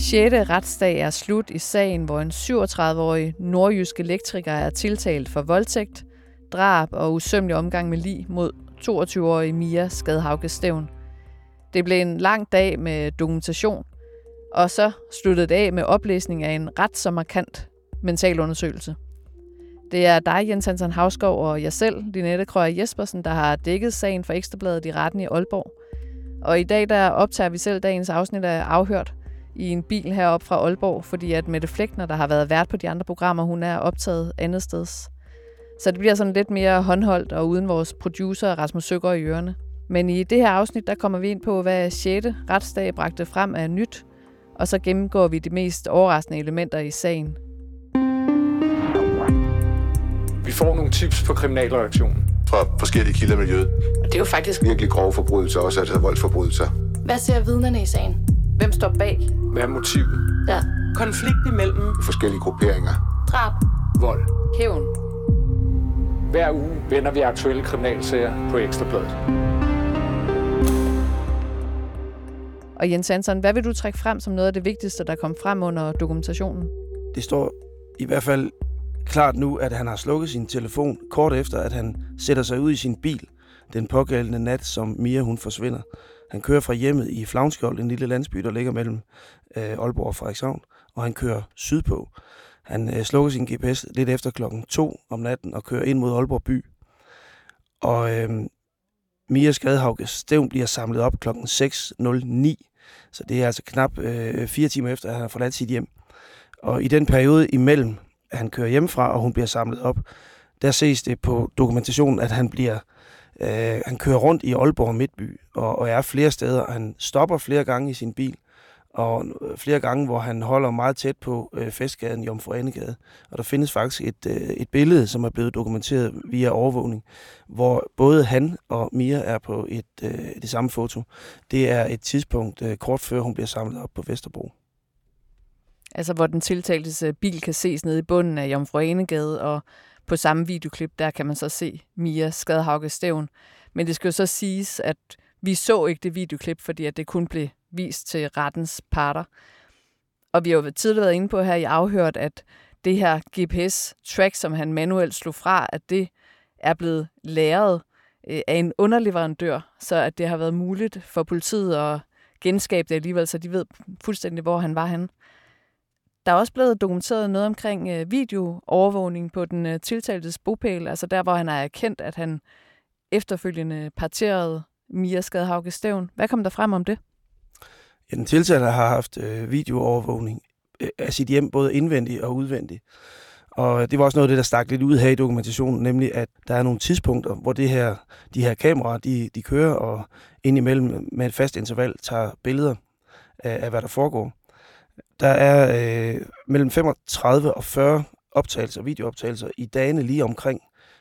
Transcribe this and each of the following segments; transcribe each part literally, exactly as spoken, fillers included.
sjette retsdag er slut i sagen, hvor en syvogtredive-årig nordjysk elektriker er tiltalt for voldtægt, drab og usømmelig omgang med lig mod toogtyve-årige Mia Skadhauge Stevn. Det blev en lang dag med dokumentation, og så sluttede det af med oplæsning af en ret så markant mentalundersøgelse. Det er dig, Jens Hansen Hausgaard, og jeg selv, Linette Krøyer Jespersen, der har dækket sagen for Ekstra Bladet i retten i Aalborg. Og i dag der optager vi selv dagens afsnit af Afhørt i en bil heroppe fra Aalborg, fordi at Mette Fleckner, der har været vært på de andre programmer, hun er optaget andet steds. Så det bliver sådan lidt mere håndholdt og uden vores producer Rasmus Søgaard i ørerne. Men i det her afsnit, der kommer vi ind på, hvad sjette retsdag bragte frem af nyt, og så gennemgår vi de mest overraskende elementer i sagen. Vi får nogle tips på kriminalreaktionen fra forskellige kilder i miljøet. Og det er jo faktisk virkelig grove forbrydelser, også altså voldsforbrydelser. Hvad ser vidnerne i sagen? Hvem står bag? Hvad er motivet? Ja. Konflikt imellem forskellige grupperinger. Drab. Vold. Hævn. Hver uge vender vi aktuelle kriminalsager på Ekstra Bladet. Og Jens Hansen, hvad vil du trække frem som noget af det vigtigste, der kom frem under dokumentationen? Det står i hvert fald klart nu, at han har slukket sin telefon kort efter, at han sætter sig ud i sin bil den pågældende nat, som Mia hun forsvinder. Han kører fra hjemmet i Flavnskjold, en lille landsby, der ligger mellem øh, Aalborg og Frederikshavn, og han kører sydpå. Han øh, slukker sin G P S lidt efter klokken to om natten og kører ind mod Aalborg by. Og øh, Mia Skadhauge Stevn bliver samlet op klokken seks nul ni, så det er altså knap øh, fire timer efter, at han har forladt sit hjem. Og i den periode imellem, at han kører hjemmefra, og hun bliver samlet op, der ses det på dokumentationen, at han bliver øh, han kører rundt i Aalborg Midtby, og, og er flere steder. Han stopper flere gange i sin bil, og flere gange, hvor han holder meget tæt på øh, Festgaden i Jomfru Anegade. Og der findes faktisk et, øh, et billede, som er blevet dokumenteret via overvågning, hvor både han og Mia er på et, øh, det samme foto. Det er et tidspunkt øh, kort før hun bliver samlet op på Vesterbro. Altså hvor den tiltaltes bil kan ses nede i bunden af Jomfru Anegade, og på samme videoklip, der kan man så se Mia Skadhauge Stevn. Men det skal jo så siges, at vi så ikke det videoklip, fordi at det kun blev vist til rettens parter. Og vi har jo tidligere været inde på her i Afhørt, at det her G P S-track, som han manuelt slog fra, at det er blevet lagret af en underleverandør, så at det har været muligt for politiet at genskabe det alligevel, så de ved fuldstændig, hvor han var henne. Der er også blevet dokumenteret noget omkring videoovervågning på den tiltaltes bopæl, altså der, hvor han er erkendt, at han efterfølgende parterede Mia Skadhauge Stevn. Hvad kom der frem om det? Ja, den tiltalte har haft øh, videoovervågning af sit hjem, både indvendigt og udvendigt. Og det var også noget af det, der stak lidt ud her i dokumentationen, nemlig at der er nogle tidspunkter, hvor det her, de her kameraer, de, de kører, og indimellem med et fast interval tager billeder af, af hvad der foregår. Der er øh, mellem femogtredive og fyrre optagelser, videooptagelser i dagene lige omkring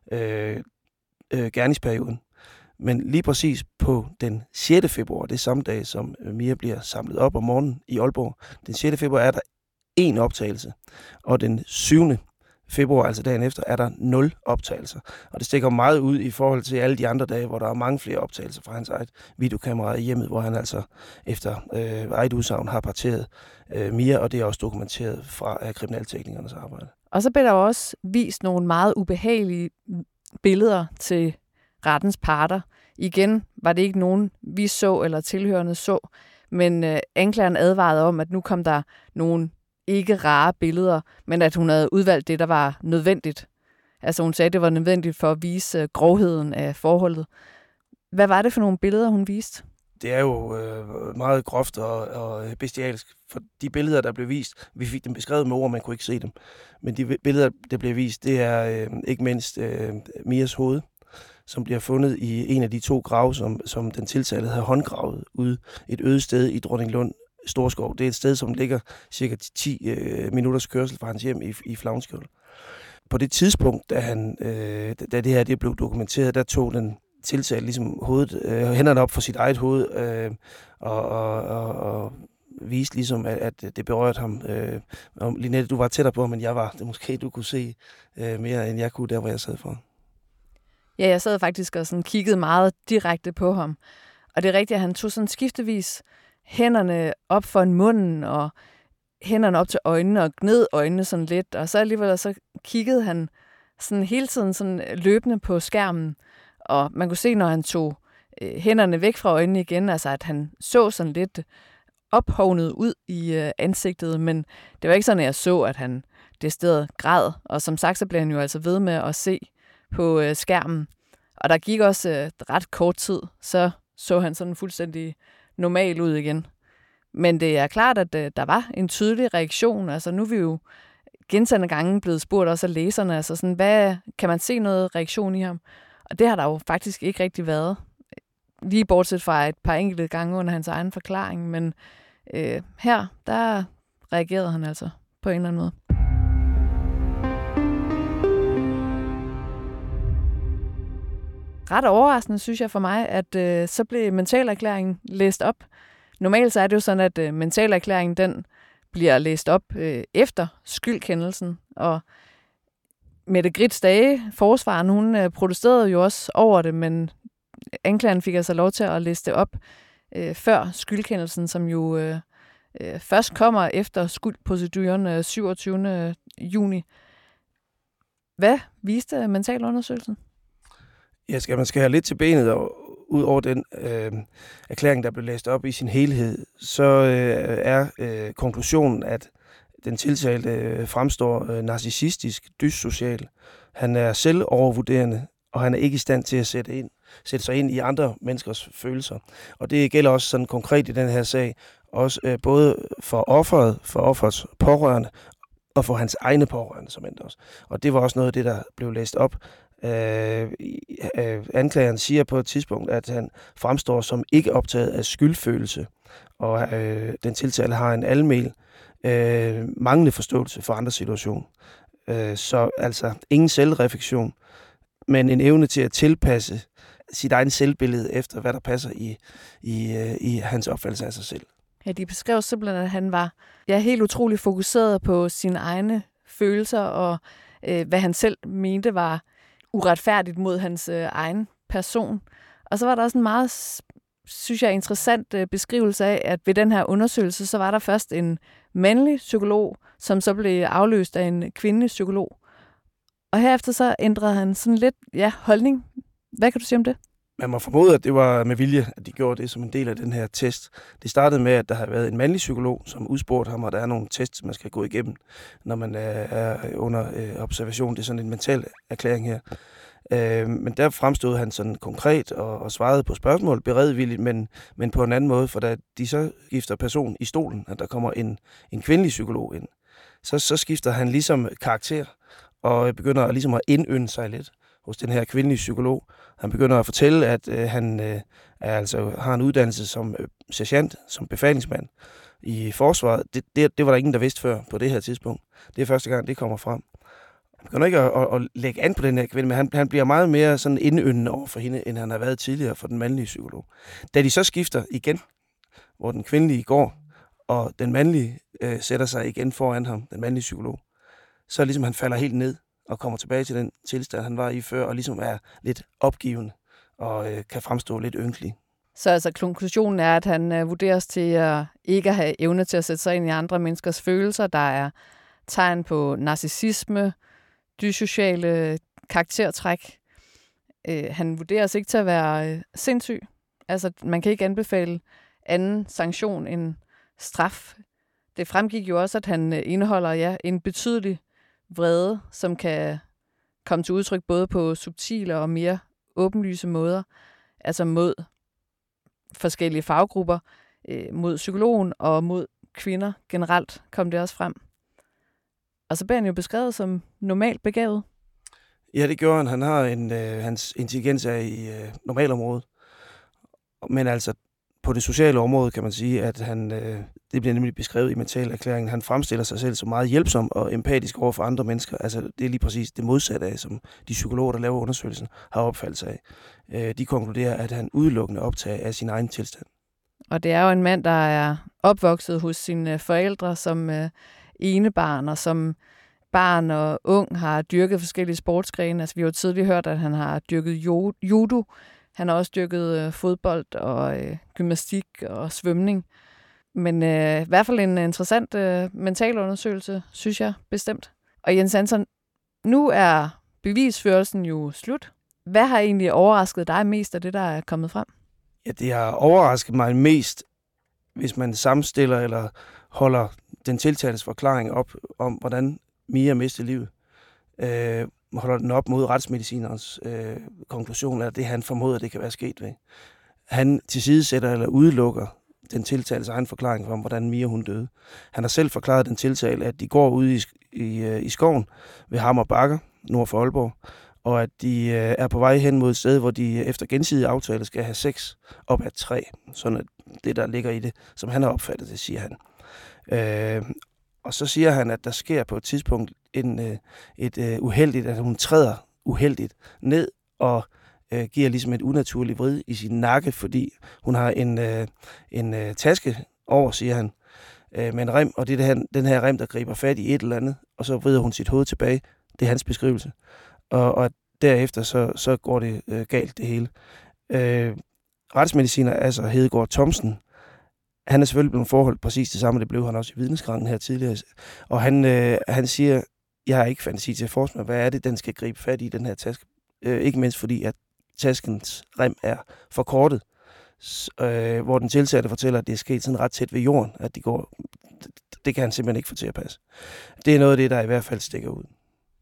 øh, øh, gerningsperioden. Men lige præcis på den sjette februar, det er samme dag, som Mia bliver samlet op om morgenen i Aalborg, den sjette februar er der én optagelse, og den syvende februar, altså dagen efter, er der nul optagelser. Og det stikker meget ud i forhold til alle de andre dage, hvor der er mange flere optagelser fra hans eget videokamera i hjemmet, hvor han altså efter øh, eget udsagn har parteret øh, Mia, og det er også dokumenteret fra øh, kriminalteknikernes arbejde. Og så bliver der også vist nogle meget ubehagelige billeder til rettens parter. Igen var det ikke nogen, vi så eller tilhørende så, men øh, anklageren advarede om, at nu kom der nogle ikke rare billeder, men at hun havde udvalgt det, der var nødvendigt. Altså hun sagde, at det var nødvendigt for at vise grovheden af forholdet. Hvad var det for nogle billeder, hun viste? Det er jo øh, meget groft og, og bestialsk, for de billeder, der blev vist, vi fik dem beskrevet med ord, man kunne ikke se dem. Men de billeder, der blev vist, det er øh, ikke mindst øh, Mias hoved, som bliver fundet i en af de to grave, som, som den tiltalte havde håndgravet ude et øde sted i Dronninglund Storskov. Det er et sted, som ligger cirka ti øh, minutters kørsel fra hans hjem i, i Flavnskjold. På det tidspunkt, da, han, øh, da det her det blev dokumenteret, der tog den tiltalte ligesom hovedet, øh, hænderne op for sit eget hoved øh, og, og, og, og viste ligesom, at, at det berørte ham. Øh, og Linette, du var tættere på ham, end jeg var. Det måske du kunne se øh, mere, end jeg kunne der, hvor jeg sad for. Ja, jeg sad faktisk og sådan kiggede meget direkte på ham. Og det er rigtigt, at han tog sådan skiftevis hænderne op for munden og hænderne op til øjnene og gned øjnene sådan lidt, og så alligevel så kiggede han sådan hele tiden sådan løbende på skærmen, og man kunne se, når han tog øh, hænderne væk fra øjnene igen, altså at han så sådan lidt ophovnet ud i øh, ansigtet, men det var ikke sådan, at jeg så, at han decideret græd, og som sagt, så blev han jo altså ved med at se på øh, skærmen, og der gik også øh, ret kort tid, så så han sådan fuldstændig normal ud igen. Men det er klart, at øh, der var en tydelig reaktion, altså nu er vi jo gentagne gange blevet spurgt også af læserne, altså sådan, hvad, kan man se noget reaktion i ham? Og det har der jo faktisk ikke rigtig været. Lige bortset fra et par enkelte gange under hans egen forklaring, men øh, her, der reagerede han altså på en eller anden måde. Ret overraskende, synes jeg for mig, at øh, så blev mentalerklæringen læst op. Normalt så er det jo sådan, at øh, mentalerklæringen, den bliver læst op øh, efter skyldkendelsen, og Mette Grits Dage, forsvaren, hun øh, protesterede jo også over det, men anklageren fik altså lov til at læse det op øh, før skyldkendelsen, som jo øh, øh, først kommer efter skyldproceduren øh, syvogtyvende juni. Hvad viste mentalundersøgelsen? Ja, skal man skal have lidt til benet, og ud over den øh, erklæring, der blev læst op i sin helhed, så øh, er øh, konklusionen, at den tiltalte øh, fremstår øh, narcissistisk, dyssocial. Han er selvovervurderende, og han er ikke i stand til at sætte, ind, sætte sig ind i andre menneskers følelser. Og det gælder også sådan konkret i den her sag, også øh, både for offeret, for offerets pårørende, og for hans egne pårørende som endte også. Og det var også noget af det, der blev læst op. Øh, øh, anklageren siger på et tidspunkt, at han fremstår som ikke optaget af skyldfølelse, og øh, den tiltalte har en almel øh, manglende forståelse for andre situationer. Øh, så altså ingen selvreflektion, men en evne til at tilpasse sit egen selvbillede efter, hvad der passer i, i, øh, i hans opfattelse af sig selv. Ja, de beskrev simpelthen, at han var ja, helt utrolig fokuseret på sine egne følelser, og øh, hvad han selv mente var uretfærdigt mod hans øh, egen person. Og så var der også en meget, synes jeg, interessant øh, beskrivelse af, at ved den her undersøgelse, så var der først en mandlig psykolog, som så blev afløst af en kvindelig psykolog. Og herefter så ændrede han sådan lidt ja, holdning. Hvad kan du sige om det? Man må formode, at det var med vilje, at de gjorde det som en del af den her test. Det startede med, at der har været en mandlig psykolog, som udspurgte ham, og der er nogle tests, man skal gå igennem, når man er under observation. Det er sådan en mental erklæring her. Men der fremstod han sådan konkret og, og svarede på spørgsmål, beredvilligt, men, men på en anden måde, for da de så skifter person i stolen, at der kommer en, en kvindelig psykolog ind, så, så skifter han ligesom karakter og begynder ligesom at indynde sig lidt hos den her kvindelige psykolog. Han begynder at fortælle, at øh, han øh, er, altså, har en uddannelse som øh, sergeant, som befalingsmand i forsvaret. Det, det, det var der ingen, der vidste før på det her tidspunkt. Det er første gang, det kommer frem. Han begynder ikke at, at, at lægge an på den her kvinde, men han, han bliver meget mere sådan indyndende over for hende, end han har været tidligere for den mandlige psykolog. Da de så skifter igen, hvor den kvindelige går, og den mandlige øh, sætter sig igen foran ham, den mandlige psykolog, så ligesom han falder helt ned og kommer tilbage til den tilstand, han var i før, og ligesom er lidt opgivende og øh, kan fremstå lidt ynkelig. Så altså konklusionen er, at han øh, vurderes til at ikke at have evne til at sætte sig ind i andre menneskers følelser. Der er tegn på narcissisme, dyssociale karaktertræk. Øh, han vurderes ikke til at være øh, sindssyg. Altså, man kan ikke anbefale anden sanktion end straf. Det fremgik jo også, at han øh, indeholder ja, en betydelig vrede, som kan komme til udtryk både på subtile og mere åbenlyse måder, altså mod forskellige faggrupper, øh, mod psykologen og mod kvinder generelt kom det også frem. Og så bliver han jo beskrevet som normalt begavet. Ja, det gjorde han. Han har en, øh, hans intelligens er i øh, normalområdet. Men altså på det sociale område kan man sige, at han, øh, det bliver nemlig beskrevet i mentalerklæringen, han fremstiller sig selv som meget hjælpsom og empatisk over for andre mennesker. Altså det er lige præcis det modsatte af, som de psykologer, der laver undersøgelsen, har opfattet af. Øh, de konkluderer, at han udelukkende optager af sin egen tilstand. Og det er jo en mand, der er opvokset hos sine forældre som øh, enebarn, og som barn og ung har dyrket forskellige sportsgrene. Altså vi har jo tidligere hørt, at han har dyrket judo. Han har også dyrket øh, fodbold og øh, gymnastik og svømning. Men øh, i hvert fald en interessant øh, mentalundersøgelse, synes jeg bestemt. Og Jens Hansson, nu er bevisførelsen jo slut. Hvad har egentlig overrasket dig mest af det, der er kommet frem? Ja, det har overrasket mig mest, hvis man sammenstiller eller holder den tiltaltes forklaring op om, hvordan Mia mistede livet. Øh, holder den op mod retsmedicinerens øh, konklusion, at det han formoder, det kan være sket ved. Han tilsidesætter eller udelukker den tiltales egen forklaring om, hvordan Mia hun døde. Han har selv forklaret den tiltale, at de går ud i, i, i skoven ved Hammer Bakker, nord for Aalborg, og at de øh, er på vej hen mod et sted, hvor de efter gensidige aftaler skal have sex op ad et træ. Sådan at det, der ligger i det, som han har opfattet det, siger han. Øh, og så siger han, at der sker på et tidspunkt en, øh, et øh, uheldigt, at hun træder uheldigt ned og øh, giver ligesom et unaturligt vrid i sin nakke, fordi hun har en, øh, en øh, taske over, siger han, øh, med en rem, og det er det her, den her rem, der griber fat i et eller andet, og så vrider hun sit hoved tilbage. Det er hans beskrivelse. Og, og derefter så, så går det øh, galt det hele. Øh, retsmediciner, altså Hedegaard Thomsen, han er selvfølgelig blevet forholdt præcis det samme, det blev han også i vidneskranken her tidligere. Og han, øh, han siger, jeg har ikke fantasi til at forestille mig, hvad er det, den skal gribe fat i, den her taske. Øh, ikke mindst fordi, at taskens rem er forkortet, øh, hvor den tiltalte fortæller, at det er sket sådan ret tæt ved jorden, at de går, det, det kan han simpelthen ikke få til at passe. Det er noget af det, der i hvert fald stikker ud.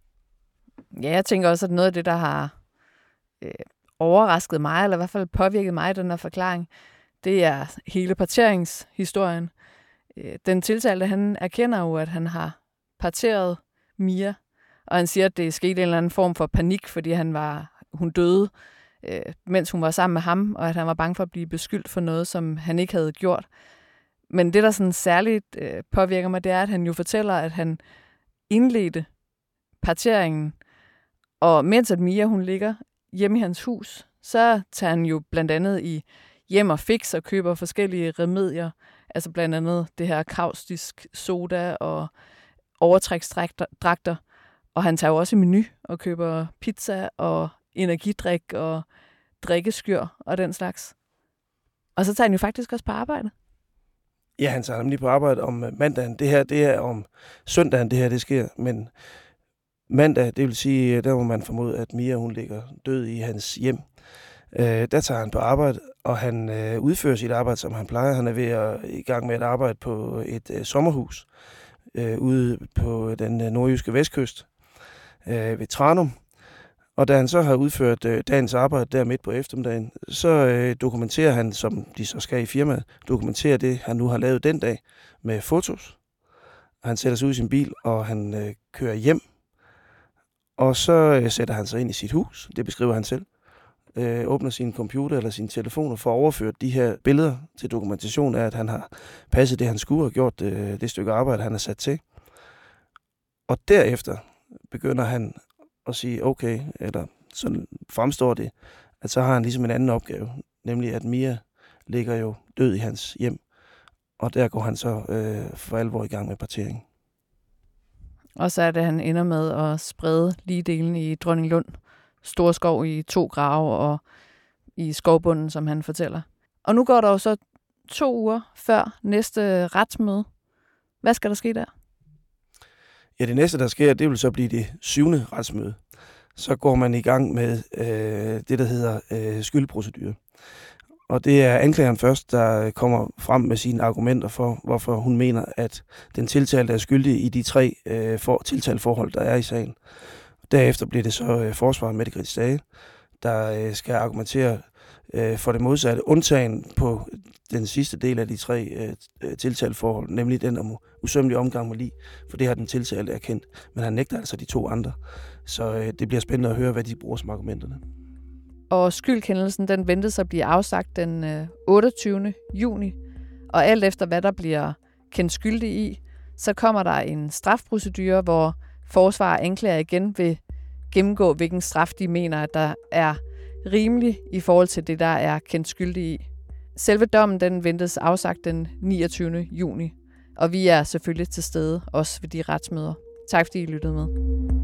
Ja, jeg tænker også, at noget af det, der har øh, overrasket mig, eller i hvert fald påvirket mig, den her forklaring, det er hele parteringshistorien. Øh, den tiltalte, han erkender jo, at han har parteret Mia, og han siger, at det skete en eller anden form for panik, fordi han var, hun døde, øh, mens hun var sammen med ham, og at han var bange for at blive beskyldt for noget, som han ikke havde gjort. Men det, der sådan særligt øh, påvirker mig, det er, at han jo fortæller, at han indledte parteringen, og mens at Mia hun ligger hjemme i hans hus, så tager han jo blandt andet i hjem og fix og køber forskellige remedier, altså blandt andet det her kaustisk soda og overtræksdragter, og han tager jo også i Menu og køber pizza og energidrik og drikkeskyr og den slags. Og så tager han jo faktisk også på arbejde. Ja, han tager nemlig på arbejde om mandagen. Det her, det er om søndagen, det her, det sker, men mandag, det vil sige, der må man formode, at Mia, hun ligger død i hans hjem. Øh, der tager han på arbejde, og han øh, udfører sit arbejde, som han plejer. Han er ved at i gang med at arbejde på et øh, sommerhus øh, ude på den øh, nordjyske vestkyst øh, ved Tranum. Og da han så har udført øh, dagens arbejde der midt på eftermiddagen, så øh, dokumenterer han, som de så skal i firmaet, dokumenterer det, han nu har lavet den dag med fotos. Han sætter sig ud i sin bil, og han øh, kører hjem. Og så øh, sætter han sig ind i sit hus, det beskriver han selv, øh, åbner sin computer eller sin telefon og får overført de her billeder til dokumentation af, at han har passet det, han skulle og gjort øh, det stykke arbejde, han har sat til. Og derefter begynder han at sige, okay, eller sådan fremstår det, at så har han ligesom en anden opgave, nemlig at Mia ligger jo død i hans hjem, og der går han så øh, for alvor i gang med parteringen. Og så er det, han ender med at sprede ligedelen i Dronninglund Storskov i to grave og i skovbunden, som han fortæller. Og nu går der jo så to uger før næste retsmøde. Hvad skal der ske der? Ja, det næste, der sker, det vil så blive det syvende retsmøde. Så går man i gang med øh, det, der hedder øh, skyldprocedure. Og det er anklageren først, der kommer frem med sine argumenter for, hvorfor hun mener, at den tiltalte er skyldig i de tre øh, for, tiltaleforhold, der er i sagen. Derefter bliver det så øh, forsvaret Mette Grits Dage, der øh, skal argumentere øh, for det modsatte, undtagen på den sidste del af de tre øh, tiltaleforhold, nemlig den om usømmelig omgang med lig, for det har den tiltalte erkendt, men han nægter altså de to andre. Så øh, det bliver spændende at høre, hvad de bruger som argumenterne. Og skyldkendelsen, den ventes at blive afsagt den øh, otteogtyvende juni, og alt efter hvad der bliver kendt skyldig i, så kommer der en strafprocedure, hvor forsvar og anklager igen vil gennemgå, hvilken straf de mener, at der er rimelig i forhold til det, der er kendt skyldig i. Selve dommen, den ventes afsagt den niogtyvende juni, og vi er selvfølgelig til stede også ved de retsmøder. Tak fordi I lyttede med.